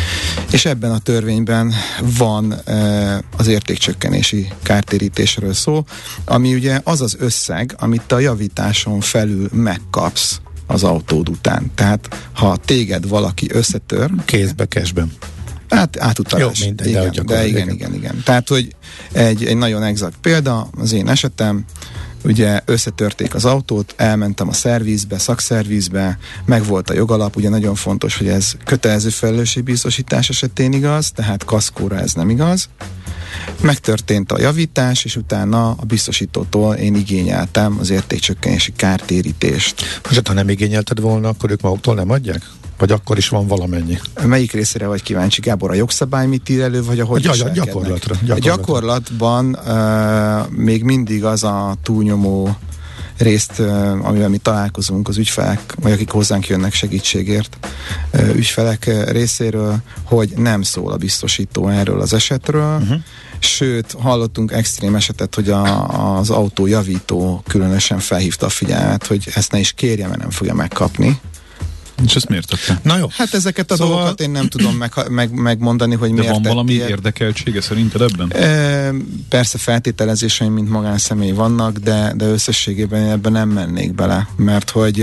És ebben a törvényben van e, az értékcsökkenési kártérítésről szó, ami ugye az az összeg, amit a javításon felül megkapsz az autód után. Tehát, ha téged valaki összetör... Kézbe, cashben. Hát átutalás. Jó, mindegy, igen, de, de igen, igen, igen. Tehát, hogy egy, egy nagyon exakt példa, az én esetem, ugye összetörték az autót, elmentem a szervizbe, szakszervizbe, megvolt a jogalap, ugye nagyon fontos, hogy ez kötelező felelősségbiztosítás esetén igaz, tehát kaszkóra ez nem igaz. Megtörtént a javítás, és utána a biztosítótól én igényeltem az értékcsökkenési kártérítést. Most ha nem igényelted volna, akkor ők maguktól nem adják? Vagy akkor is van valamennyi? Melyik részére vagy kíváncsi, Gábor? A jogszabály mit ír elő, vagy ahogy a gyakorlatra, gyakorlatra. A gyakorlatban uh, még mindig az a túlnyomó részt, uh, amivel mi találkozunk az ügyfelek, vagy akik hozzánk jönnek segítségért uh, ügyfelek uh, részéről, hogy nem szól a biztosító erről az esetről, uh-huh. Sőt, hallottunk extrém esetet, hogy a, az autójavító különösen felhívta a figyelmet, hogy ezt ne is kérje, mert nem fogja megkapni. És ezt miért tette? Na jó. Hát ezeket a szóval... dolgokat én nem tudom meg, meg, megmondani, hogy de miért van valami ilyet. érdekeltsége szerinted ebben? E, persze feltételezéseim, mint magánszemély vannak, de, de összességében ebben nem mennék bele, mert hogy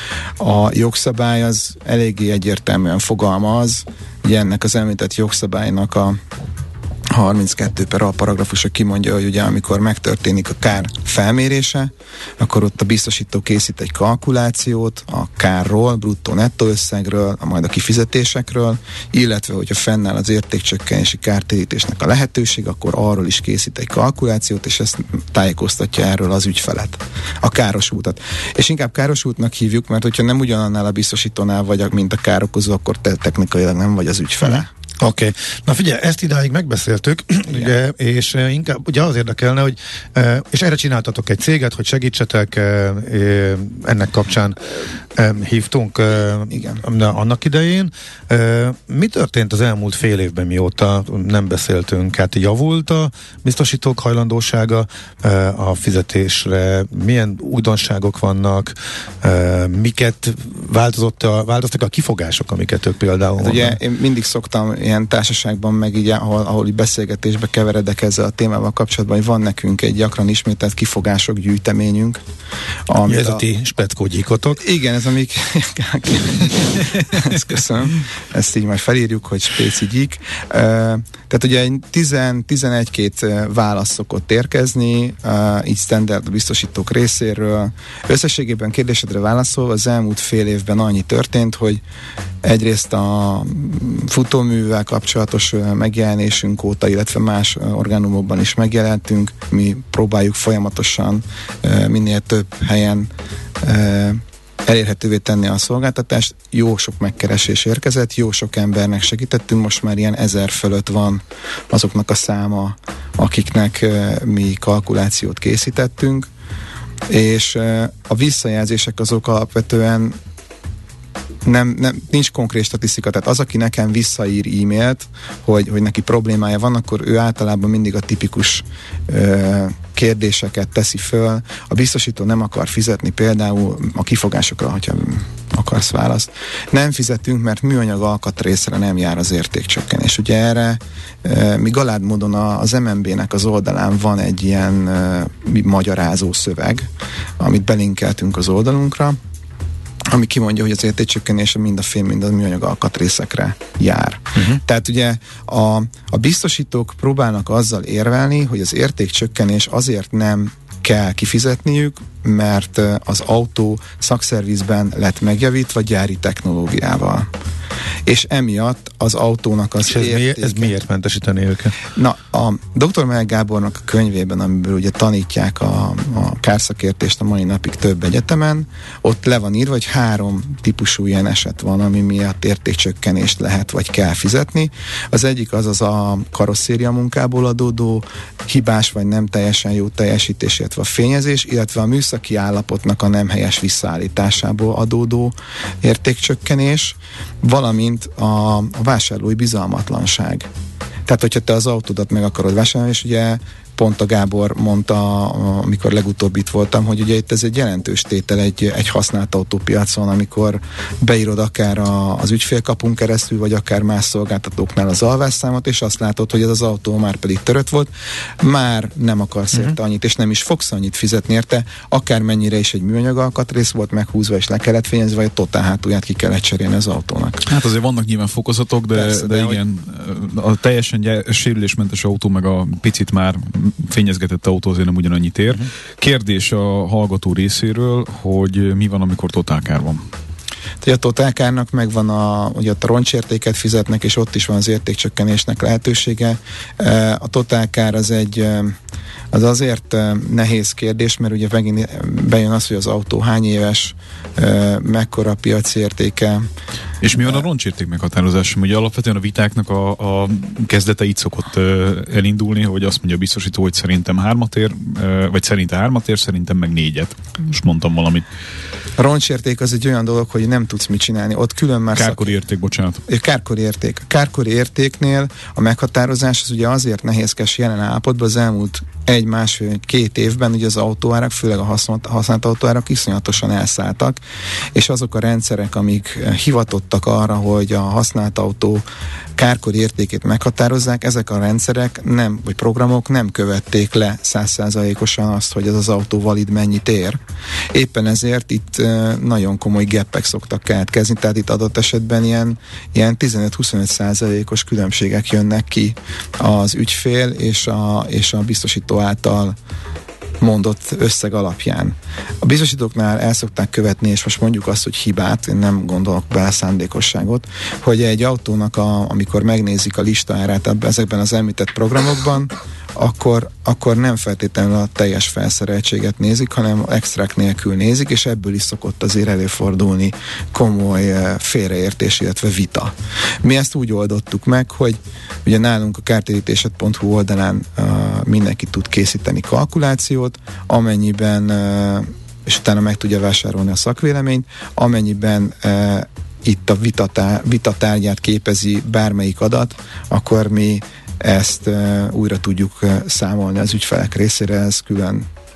a jogszabály az eléggé egyértelműen fogalmaz, ugye ennek az említett jogszabálynak a harminckettő per a paragrafusa kimondja, hogy ugye amikor megtörténik a kár felmérése, akkor ott a biztosító készít egy kalkulációt a kárról, bruttó nettó összegről, majd a kifizetésekről, illetve hogyha fennáll az értékcsökkenési kártérítésnek a lehetőség, akkor arról is készít egy kalkulációt, és ezt tájékoztatja erről az ügyfelet, a károsultat. És inkább károsultnak hívjuk, mert hogyha nem ugyanannál a biztosítónál vagy, mint a károkozó, akkor te technikailag nem vagy az ügyfele. Oké. Okay. Na figyelj, ezt idáig megbeszéltük, ugye, és uh, inkább ugye az érdekelne, hogy uh, és erre csináltatok egy céget, hogy segítsetek, uh, uh, ennek kapcsán um, hívtunk uh, Igen. annak idején. Uh, mi történt az elmúlt fél évben, mióta nem beszéltünk? Hát javult a biztosítók hajlandósága uh, a fizetésre? Milyen újdonságok vannak? Uh, miket változott a, változtak a kifogások, amiket ők például hát ugye én mindig szoktam ilyen társaságban, meg így, ahol, ahol így beszélgetésbe keveredek ezzel a témával kapcsolatban, hogy van nekünk egy gyakran ismételt kifogások gyűjteményünk. Ez a, a ti speckógyíkotok? Igen, ez amik ezt köszönöm. Ezt így majd felírjuk, hogy spéci gyík. Uh, tehát ugye tíz-tizenegy-két válasz szokott érkezni, uh, így standard a biztosítók részéről. Összességében kérdésedre válaszolva, az elmúlt fél évben annyi történt, hogy egyrészt a futóművel kapcsolatos megjelenésünk óta, illetve más orgánumokban is megjelentünk. Mi próbáljuk folyamatosan minél több helyen elérhetővé tenni a szolgáltatást. Jó sok megkeresés érkezett, jó sok embernek segítettünk, most már ilyen ezer fölött van azoknak a száma, akiknek mi kalkulációt készítettünk, és a visszajelzések azok alapvetően Nem, nem, nincs konkrét statisztika, tehát az, aki nekem visszaír e-mailt, hogy, hogy neki problémája van, akkor ő általában mindig a tipikus ö, kérdéseket teszi föl. A biztosító nem akar fizetni például a kifogásokra, hogyha akarsz választ. Nem fizetünk, mert műanyag alkatrészre nem jár az értékcsökkenés. Ugye erre ö, mi galád módon az em en bé-nek az oldalán van egy ilyen ö, magyarázó szöveg, amit belinkeltünk az oldalunkra, ami kimondja, hogy az értékcsökkenése mind a fém, mind a műanyag alkatrészekre jár. Uh-huh. Tehát ugye a, a biztosítók próbálnak azzal érvelni, hogy az értékcsökkenés azért nem kell kifizetniük, mert az autó szakszervizben lett megjavítva gyári technológiával. És emiatt az autónak az ez, értéke... ez miért mentesíteni őket? Na, a doktor Mell Gábornak a könyvében, amiből ugye tanítják a, a kárszakértést a mai napig több egyetemen, ott le van írva, hogy három típusú ilyen eset van, ami miatt értékcsökkenést lehet vagy kell fizetni. Az egyik az az a karosszéria munkából adódó hibás vagy nem teljesen jó teljesítés, illetve a fényezés, illetve a műszaki állapotnak a nem helyes visszaállításából adódó értékcsökkenés, valamint a, a vásárlói bizalmatlanság. Tehát, hogyha te az autódat meg akarod vásárolni, és ugye pont a Gábor mondta, amikor legutóbb itt voltam, hogy ugye itt ez egy jelentős tétel egy, egy használt autópiacon, amikor beírod akár a, az ügyfélkapun keresztül, vagy akár más szolgáltatóknál az alvásszámot, és azt látod, hogy ez az autó már pedig törött volt, már nem akarsz uh-huh. érte annyit, és nem is fogsz annyit fizetni érte, akármennyire is egy műanyag alkatrész volt meghúzva, és le kellett fényezni, vagy a totál hátulját ki kellett cserélni az autónak. Hát azért vannak nyilván fokozatok, de, Persze, de, de igen, hogy... a teljesen gyere, sérülésmentes autó, meg a picit már fényezgetett autó azért nem ugyanannyit ér. Uh-huh. Kérdés a hallgató részéről, hogy mi van, amikor totálkár van? A totálkárnak megvan a, ugye a roncsértéket fizetnek, és ott is van az értékcsökkenésnek lehetősége. A totálkár az egy az azért nehéz kérdés, mert ugye megint bejön az, hogy az autó hány éves, mekkora piaci értéke. És mi van a roncsérték meghatározás? Ugye alapvetően a vitáknak a, a kezdete így szokott elindulni, hogy azt mondja a biztosító, hogy szerintem hármat ér, vagy szerintem hármat ér, szerintem meg négyet. Most mondtam valamit. A roncsérték az egy olyan dolog, hogy nem tudsz mit csinálni. Ott külön már Kárkori szak... érték, bocsánat. Kárkori érték. A kárkori értéknél a meghatározás az ugye azért nehézkes jelen állapotban az elmúlt egy, másfél, két évben ugye az autóárak, főleg a használt, használt autóárak iszonyatosan elszálltak, és azok a rendszerek, amik hivatottak arra, hogy a használt autó kárkori értékét meghatározzák, ezek a rendszerek nem, vagy programok nem követték le száz százalékosan azt, hogy ez az autó valid mennyit ér. Éppen ezért itt nagyon komoly geppek szoktak keletkezni, tehát itt adott esetben ilyen, ilyen tizenöt-huszonöt százalékos különbségek jönnek ki az ügyfél és a, és a biztosító által mondott összeg alapján. A biztosítóknál el szokták követni, és most mondjuk azt, hogy hibát, én nem gondolok bele szándékosságot, hogy egy autónak, a, amikor megnézik a listaárát ezekben az említett programokban, akkor, akkor nem feltétlenül a teljes felszereltséget nézik, hanem extrák nélkül nézik, és ebből is szokott azért előfordulni komoly félreértés, illetve vita. Mi ezt úgy oldottuk meg, hogy ugye nálunk a kártérítésed pont hu oldalán uh, mindenki tud készíteni kalkulációt, amennyiben uh, és utána meg tudja vásárolni a szakvéleményt, amennyiben uh, itt a vitatár, vitatárgyát képezi bármelyik adat, akkor mi ezt uh, újra tudjuk uh, számolni az ügyfelek részére, ez külön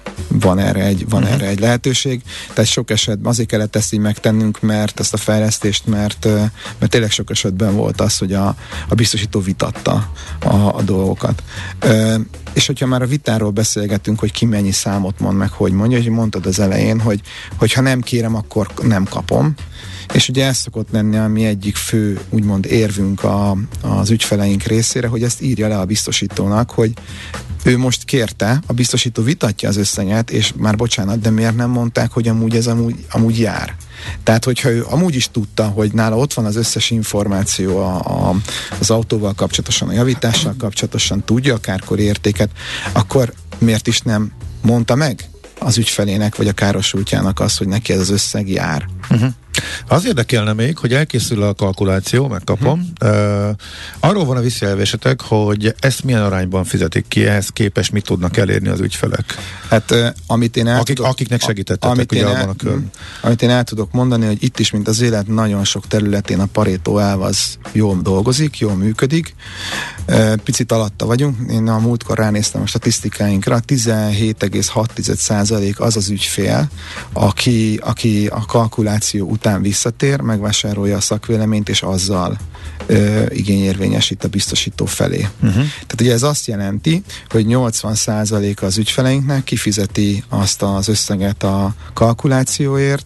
van erre egy, van uh-huh. erre egy lehetőség. Tehát sok esetben azért kellett ezt így megtennünk, mert ezt a fejlesztést, mert, mert tényleg sok esetben volt az, hogy a, a biztosító vitatta a, a dolgokat. Ö, és hogyha már a vitáról beszélgetünk, hogy ki mennyi számot mond meg, hogy mondja, hogy mondtad az elején, hogy, hogy ha nem kérem, akkor nem kapom. És ugye ez szokott lenni a mi egyik fő, úgymond érvünk a, az ügyfeleink részére, hogy ezt írja le a biztosítónak, hogy ő most kérte, a biztosító vitatja az összeget, és már bocsánat, de miért nem mondták, hogy amúgy ez amúgy, amúgy jár? Tehát, hogyha ő amúgy is tudta, hogy nála ott van az összes információ a, a, az autóval kapcsolatosan, a javítással kapcsolatosan, tudja a kárkori értéket, akkor miért is nem mondta meg az ügyfelének, vagy a károsultjának azt, hogy neki ez az összeg jár? Uh-huh. Az érdekelne még, hogy elkészül a kalkuláció, megkapom. Uh-huh. Uh, arról van a visszajelzésetek, hogy ezt milyen arányban fizetik ki, ehhez képest mit tudnak elérni az ügyfelek? Hát, uh, amit én el Akik, tudok, akiknek segítettetek, amit ugye én, abban el, a körben. Amit én el tudok mondani, hogy itt is, mint az élet nagyon sok területén a Pareto elv az jól dolgozik, jól működik. Uh, picit alatta vagyunk. Én a múltkor ránéztem a statisztikáinkra, tizenhét egész hat százalék az az ügyfél, aki, aki a kalkuláció után visszatér, megvásárolja a szakvéleményt, és azzal ö, igényérvényesít a biztosító felé. Uh-huh. Tehát ugye ez azt jelenti, hogy nyolcvan százalék az ügyfeleinknek kifizeti azt az összeget a kalkulációért,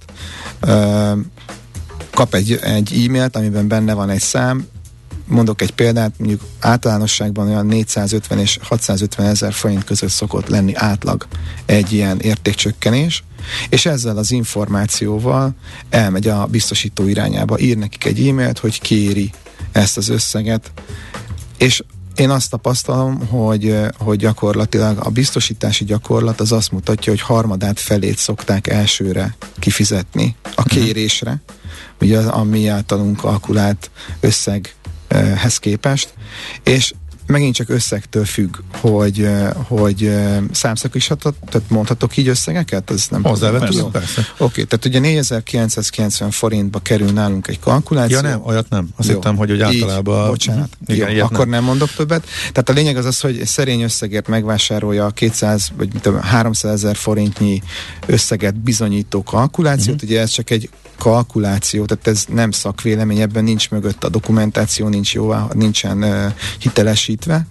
ö, kap egy, egy e-mailt, amiben benne van egy szám, mondok egy példát, mondjuk általánosságban olyan négyszázötven és hatszázötven ezer forint között szokott lenni átlag egy ilyen értékcsökkenés, és ezzel az információval elmegy a biztosító irányába, ír nekik egy e-mailt, hogy kéri ezt az összeget, és én azt tapasztalom, hogy, hogy gyakorlatilag a biztosítási gyakorlat az azt mutatja, hogy harmadát felét szokták elsőre kifizetni a kérésre, ugye a mi általunk kalkulált összeghez képest, és megint csak összegtől függ, hogy, hogy számszakíthatott, tehát mondhatok így összegeket? Ez nem hozzávetően, persze. Oké, okay, tehát ugye négyezer-kilencszázkilencven forintba kerül nálunk egy kalkuláció. Ja nem, olyat nem. Azt jó, hittem, hogy, hogy általában... Így, bocsánat. Igen, jó, akkor nem. nem mondok többet. Tehát a lényeg az az, hogy szerény összegért megvásárolja a kétszáz vagy háromszázezer forintnyi összeget bizonyító kalkulációt. Uh-huh. Ugye ez csak egy kalkuláció, tehát ez nem szakvélemény, ebben nincs mögött a dokumentáció, nincs jóvá, nincsen uh, hitelesítve,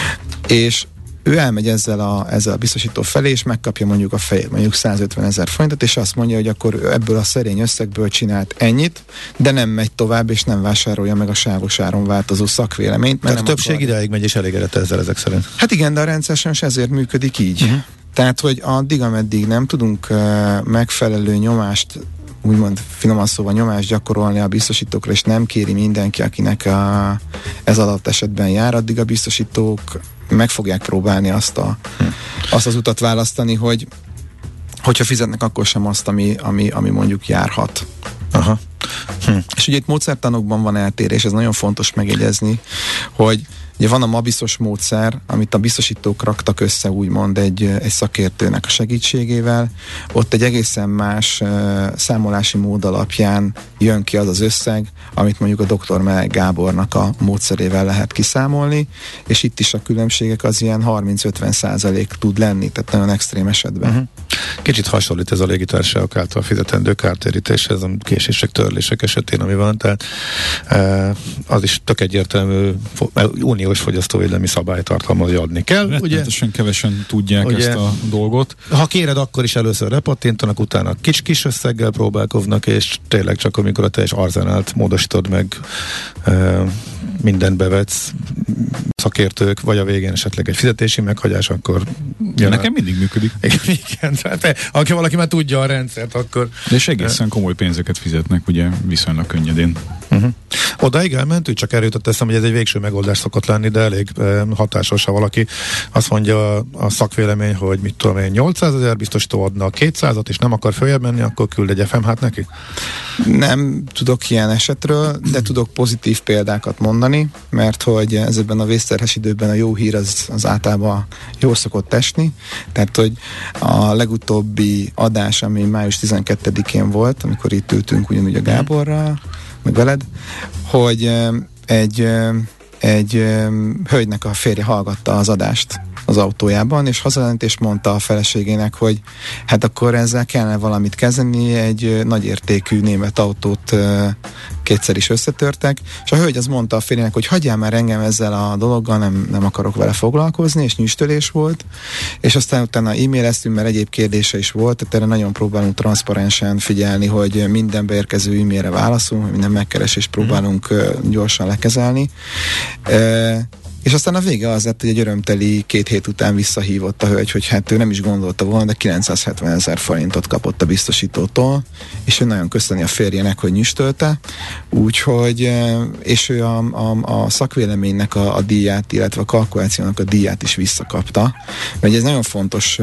és ő elmegy ezzel a, ezzel a biztosító felé, és megkapja mondjuk a fejét, mondjuk százötven ezer forintot, és azt mondja, hogy akkor ebből a szerény összegből csinált ennyit, de nem megy tovább, és nem vásárolja meg a sávos áron változó szakvéleményt. Tehát a többség akar... ideig megy, és elégedett ezzel ezek szerint. Hát igen, de a rendszer sem ezért működik így. Uh-huh. Tehát, hogy addig, ameddig nem tudunk uh, megfelelő nyomást, úgymond finoman szóval nyomást gyakorolni a biztosítókra, és nem kéri mindenki, akinek a, ez adott esetben jár, addig a biztosítók meg fogják próbálni azt, a, hm. azt az utat választani, hogy hogyha fizetnek, akkor sem azt, ami, ami, ami mondjuk járhat. Aha. Hm. És ugye itt módszertanokban van eltérés, ez nagyon fontos megjegyezni, hogy ugye van a mabizos módszer, amit a biztosítók raktak össze, úgymond egy, egy szakértőnek a segítségével. Ott egy egészen más uh, számolási mód alapján jön ki az az összeg, amit mondjuk a doktor Meleg Gábornak a módszerével lehet kiszámolni, és itt is a különbségek az ilyen harminc-ötven százalék tud lenni, tehát nagyon extrém esetben. Uh-huh. Kicsit hasonlít ez a légitársaságok által fizetendő kártérítéshez, a késések, törlések esetén, ami van, tehát uh, az is tök egyértelmű uniós fogyasztóvédelmi szabályt tartalmaz, hogy adni kell. Rettenetesen kevesen tudják ugye, ezt a dolgot. Ha kéred, akkor is először repattintanak, utána kis-kis összeggel próbálkoznak, és tényleg csak amikor a teljes arzenált módosítod meg, uh, mindent bevetsz, szakértők, vagy a végén esetleg egy fizetési meghagyás, akkor... Ja, nekem mindig működik. Igen, igen, tehát ha valaki már tudja a rendszert, akkor... De és egészen komoly pénzeket fizetnek, ugye viszonylag könnyedén. Uh-huh. Odaig elmentünk, csak erről jutott eszem, hogy ez egy végső megoldás szokott lenni, de elég eh, hatásos, ha valaki azt mondja a, a szakvélemény, hogy mit tudom én, nyolcszázezer biztosító adna kétszázat, és nem akar följebb menni, akkor küld egy ef em há-t neki? Nem tudok ilyen esetről, de tudok pozitív példákat mondani, mert hogy ezekben a vészterhes időben a jó hír az, az általában jól szokott esni. Tehát, hogy a legutóbbi adás, ami május tizenkettedikén volt, amikor itt ültünk ugyanúgy a Gáborral, meg veled, hogy egy, egy hölgynek a férje hallgatta az adást, az autójában, és hazalent és mondta a feleségének, hogy hát akkor ezzel kellene valamit kezdeni, egy nagyértékű német autót kétszer is összetörtek, és a hölgy az mondta a férjének, hogy hagyjál már engem ezzel a dologgal, nem, nem akarok vele foglalkozni, és nyüstölés volt, és aztán utána e-maileztünk, mert egyéb kérdése is volt, tehát erre nagyon próbálunk transzparensen figyelni, hogy minden beérkező e-mailre válaszolunk, minden megkeresést próbálunk uh, gyorsan lekezelni. Uh, És aztán a vége az lett, hogy egy örömteli két hét után visszahívott a hölgy, hogy hát ő nem is gondolta volna, de kilencszázhetven ezer forintot kapott a biztosítótól, és ő nagyon köszöni a férjének, hogy nyüstölte, úgyhogy, és ő a, a, a szakvéleménynek a, a díját, illetve a kalkulációnak a díját is visszakapta, mert ez nagyon fontos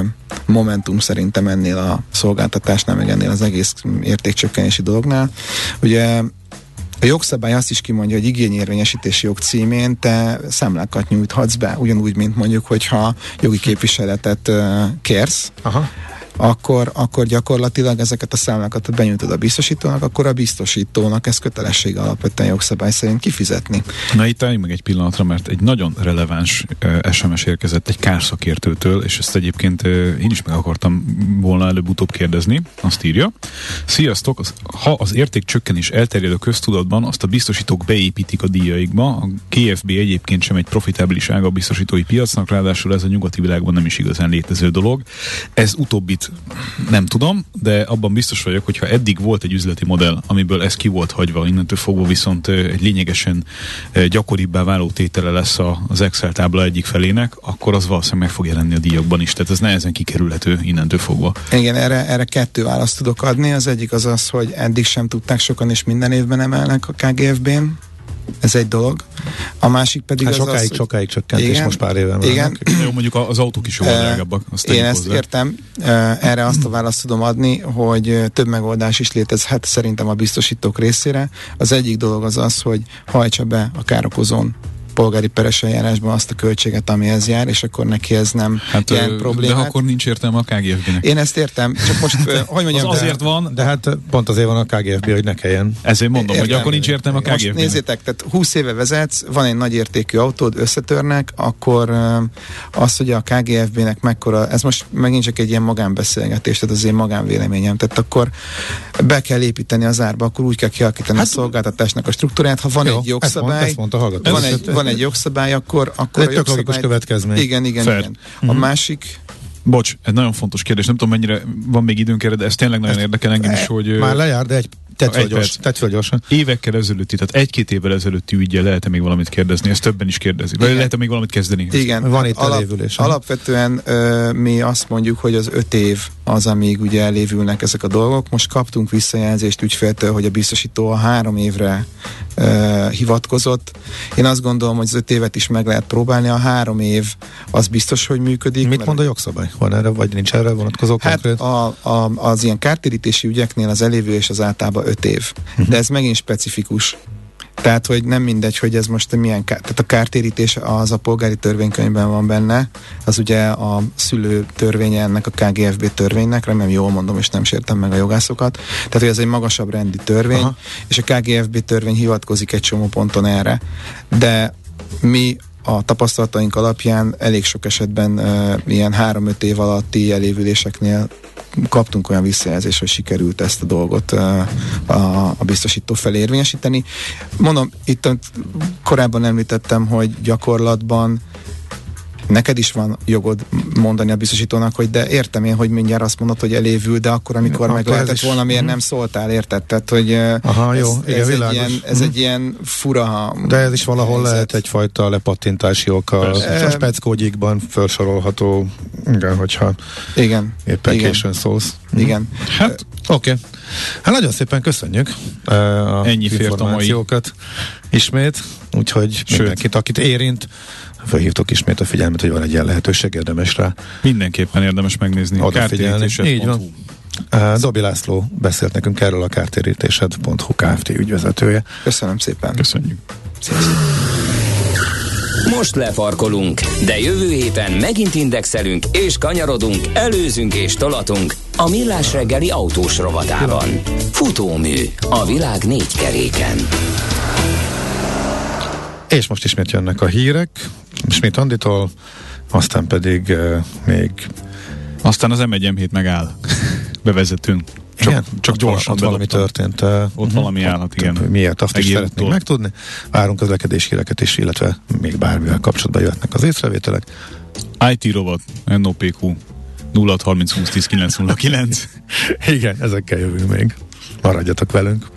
momentum szerintem ennél a szolgáltatásnál, meg ennél az egész értékcsökkenési dolognál. Ugye a jogszabály azt is kimondja, hogy igényérvényesítési jog címén te számlákat nyújthatsz be, ugyanúgy, mint mondjuk, hogyha jogi képviseletet uh, kérsz, Aha. Akkor, akkor gyakorlatilag ezeket a számlákat benyújtod a biztosítónak, akkor a biztosítónak ez kötelessége alapvetően jogszabály szerint kifizetni. Na itt álljunk meg egy pillanatra, mert egy nagyon releváns uh, es em es érkezett egy kárszakértőtől, és ezt egyébként uh, én is meg akartam volna előbb-utóbb kérdezni. Azt írja: sziasztok, az, ha az értékcsökkenés elterjed a köztudatban, azt a biztosítók beépítik a díjaikba. A ká ef bé egyébként sem egy profitábilis ága a biztosítói piacnak, ráadásul ez a nyugati világban nem is igazán létező dolog. Ez utóbbit nem tudom, de abban biztos vagyok, hogyha eddig volt egy üzleti modell, amiből ez ki volt hagyva, innentől fogva viszont egy lényegesen gyakoribbá váló tétele lesz az Excel tábla egyik felének, akkor az valószínűleg meg fog jelenni a díjakban is, tehát ez nehezen kikerülhető innentől fogva. Igen, erre, erre kettő választ tudok adni. Az egyik az az, hogy eddig sem tudták sokan, és minden évben emelnek a ká gé ef bén. Ez egy dolog. A másik pedig hát az sokáig, az, sokáig csökkent, igen, és most pár éven igen. vannak. Jó, mondjuk az autók is jóval drágábbak. Én ezt hozzá. értem. Erre azt a választ tudom adni, hogy több megoldás is létezhet szerintem a biztosítók részére. Az egyik dolog az az, hogy hajtsa be a károkozón polgári peres eljárásban azt a költséget, amihez jár, és akkor neki ez nem hát, ilyen problémát. De akkor nincs értelme a ká gé ef bének. Én ezt értem, csak most, hogy mondjam... Az azért van, de hát pont azért van a ká gé ef bé, hogy ne kelljen. Ezért mondom, értem, hogy akkor nincs értelme a ká gé ef bének. Most nézzétek, tehát húsz éve vezetsz, van egy nagy értékű autód, összetörnek, akkor az, hogy a ká gé ef bének mekkora, ez most megint csak egy ilyen magánbeszélgetés, tehát az én magánvéleményem, tehát akkor be kell építeni az árba, akkor úgy kell kialakítani hát, a szolgáltatásnak a struktúráját, ha van jó, egy jogszabály, ezt mond, ezt mondta, van, egy, van egy jogszabály, akkor, akkor egy tök logikus következmény. Igen, igen, Fair. igen. A mm-hmm. másik... Bocs, egy nagyon fontos kérdés, nem tudom mennyire van még időnk erre, de ez tényleg nagyon ezt érdekel engem is, hogy... Már lejár, de egy tedd fel gyors, gyorsan. Évekkel ezelőtti, tehát egy-két évvel ezelőtti ügyel lehet-e még valamit kérdezni? Ezt többen is kérdezik. Vagy lehet-e még valamit kezdeni? Igen. Van itt Alap, elévülés. Alapvetően ö, mi azt mondjuk, hogy az öt év az, amíg ugye elévülnek ezek a dolgok. Most kaptunk visszajelzést ügyféltől, hogy a biztosító a három évre ö, hivatkozott. Én azt gondolom, hogy az öt évet is meg lehet próbálni. A három év az biztos, hogy működik. Mit mond a jogszabály? Van erre, vagy nincs erre vonatkozó hát konkrét? A, a, az ilyen kártérítési ügyeknél az elévülés az általában öt év. Uh-huh. De ez megint specifikus. Tehát, hogy nem mindegy, hogy ez most milyen kár, tehát a kártérítés az a polgári törvénykönyvben van benne, az ugye a szülő törvénye ennek a ká gé ef bé törvénynek, remélem jól mondom, és nem sértem meg a jogászokat. Tehát, hogy ez egy magasabb rendi törvény, Aha. és a ká gé ef bé törvény hivatkozik egy csomó ponton erre. De mi a tapasztalataink alapján elég sok esetben uh, ilyen három-öt év alatti elévüléseknél kaptunk olyan visszajelzést, hogy sikerült ezt a dolgot uh, a, a biztosító felé érvényesíteni. Mondom, itt korábban említettem, hogy gyakorlatban neked is van jogod mondani a biztosítónak, hogy de értem én, hogy mindjárt azt mondod, hogy elévül, de akkor, amikor ja, meg lehetett is, volna, miért mm. nem szóltál, érted? Tehát, hogy Aha, jó, ez, igen, ez, egy ilyen, ez mm. egy ilyen fura... De ez is valahol helyzet. Lehet egyfajta lepattintási oka. A speckógyikban felsorolható, igen, hogyha igen, éppen igen. későn szólsz. Igen. Hát, oké. Okay. Hát nagyon szépen köszönjük a Ennyi információkat ismét, úgyhogy Sőt. mindenkit, akit érint, felhívtok ismét a figyelmet, hogy van egy ilyen lehetőség, érdemes rá. Mindenképpen érdemes megnézni. Odafigyelni. Így van. Uh, Dobi László beszélt nekünk erről, a kártérítésed pont hu Kft. Ügyvezetője. Köszönöm szépen. Köszönjük. Sziasztok. Most lefarkolunk, de jövő héten megint indexelünk és kanyarodunk, előzünk és tolatunk a Millás reggeli autós rovatában. Futómű a világ négy keréken. És most ismét jönnek a hírek. Schmidt Anditól aztán pedig uh, még... Aztán az em egy em hét megáll. Bevezetünk. Csak, igen, csak gyorsan ott valami történt. Uh, ott uh-huh. valami állhat, igen. Miért? Azt is szeretnénk megtudni. Várunk közlekedési híreket is, illetve még bármivel kapcsolatban jöhetnek az észrevételek. i té rovat, en o pé kú nulla hat harminc húsz tíz kilenc nulla kilenc. Igen, ezekkel jövünk még. Maradjatok velünk.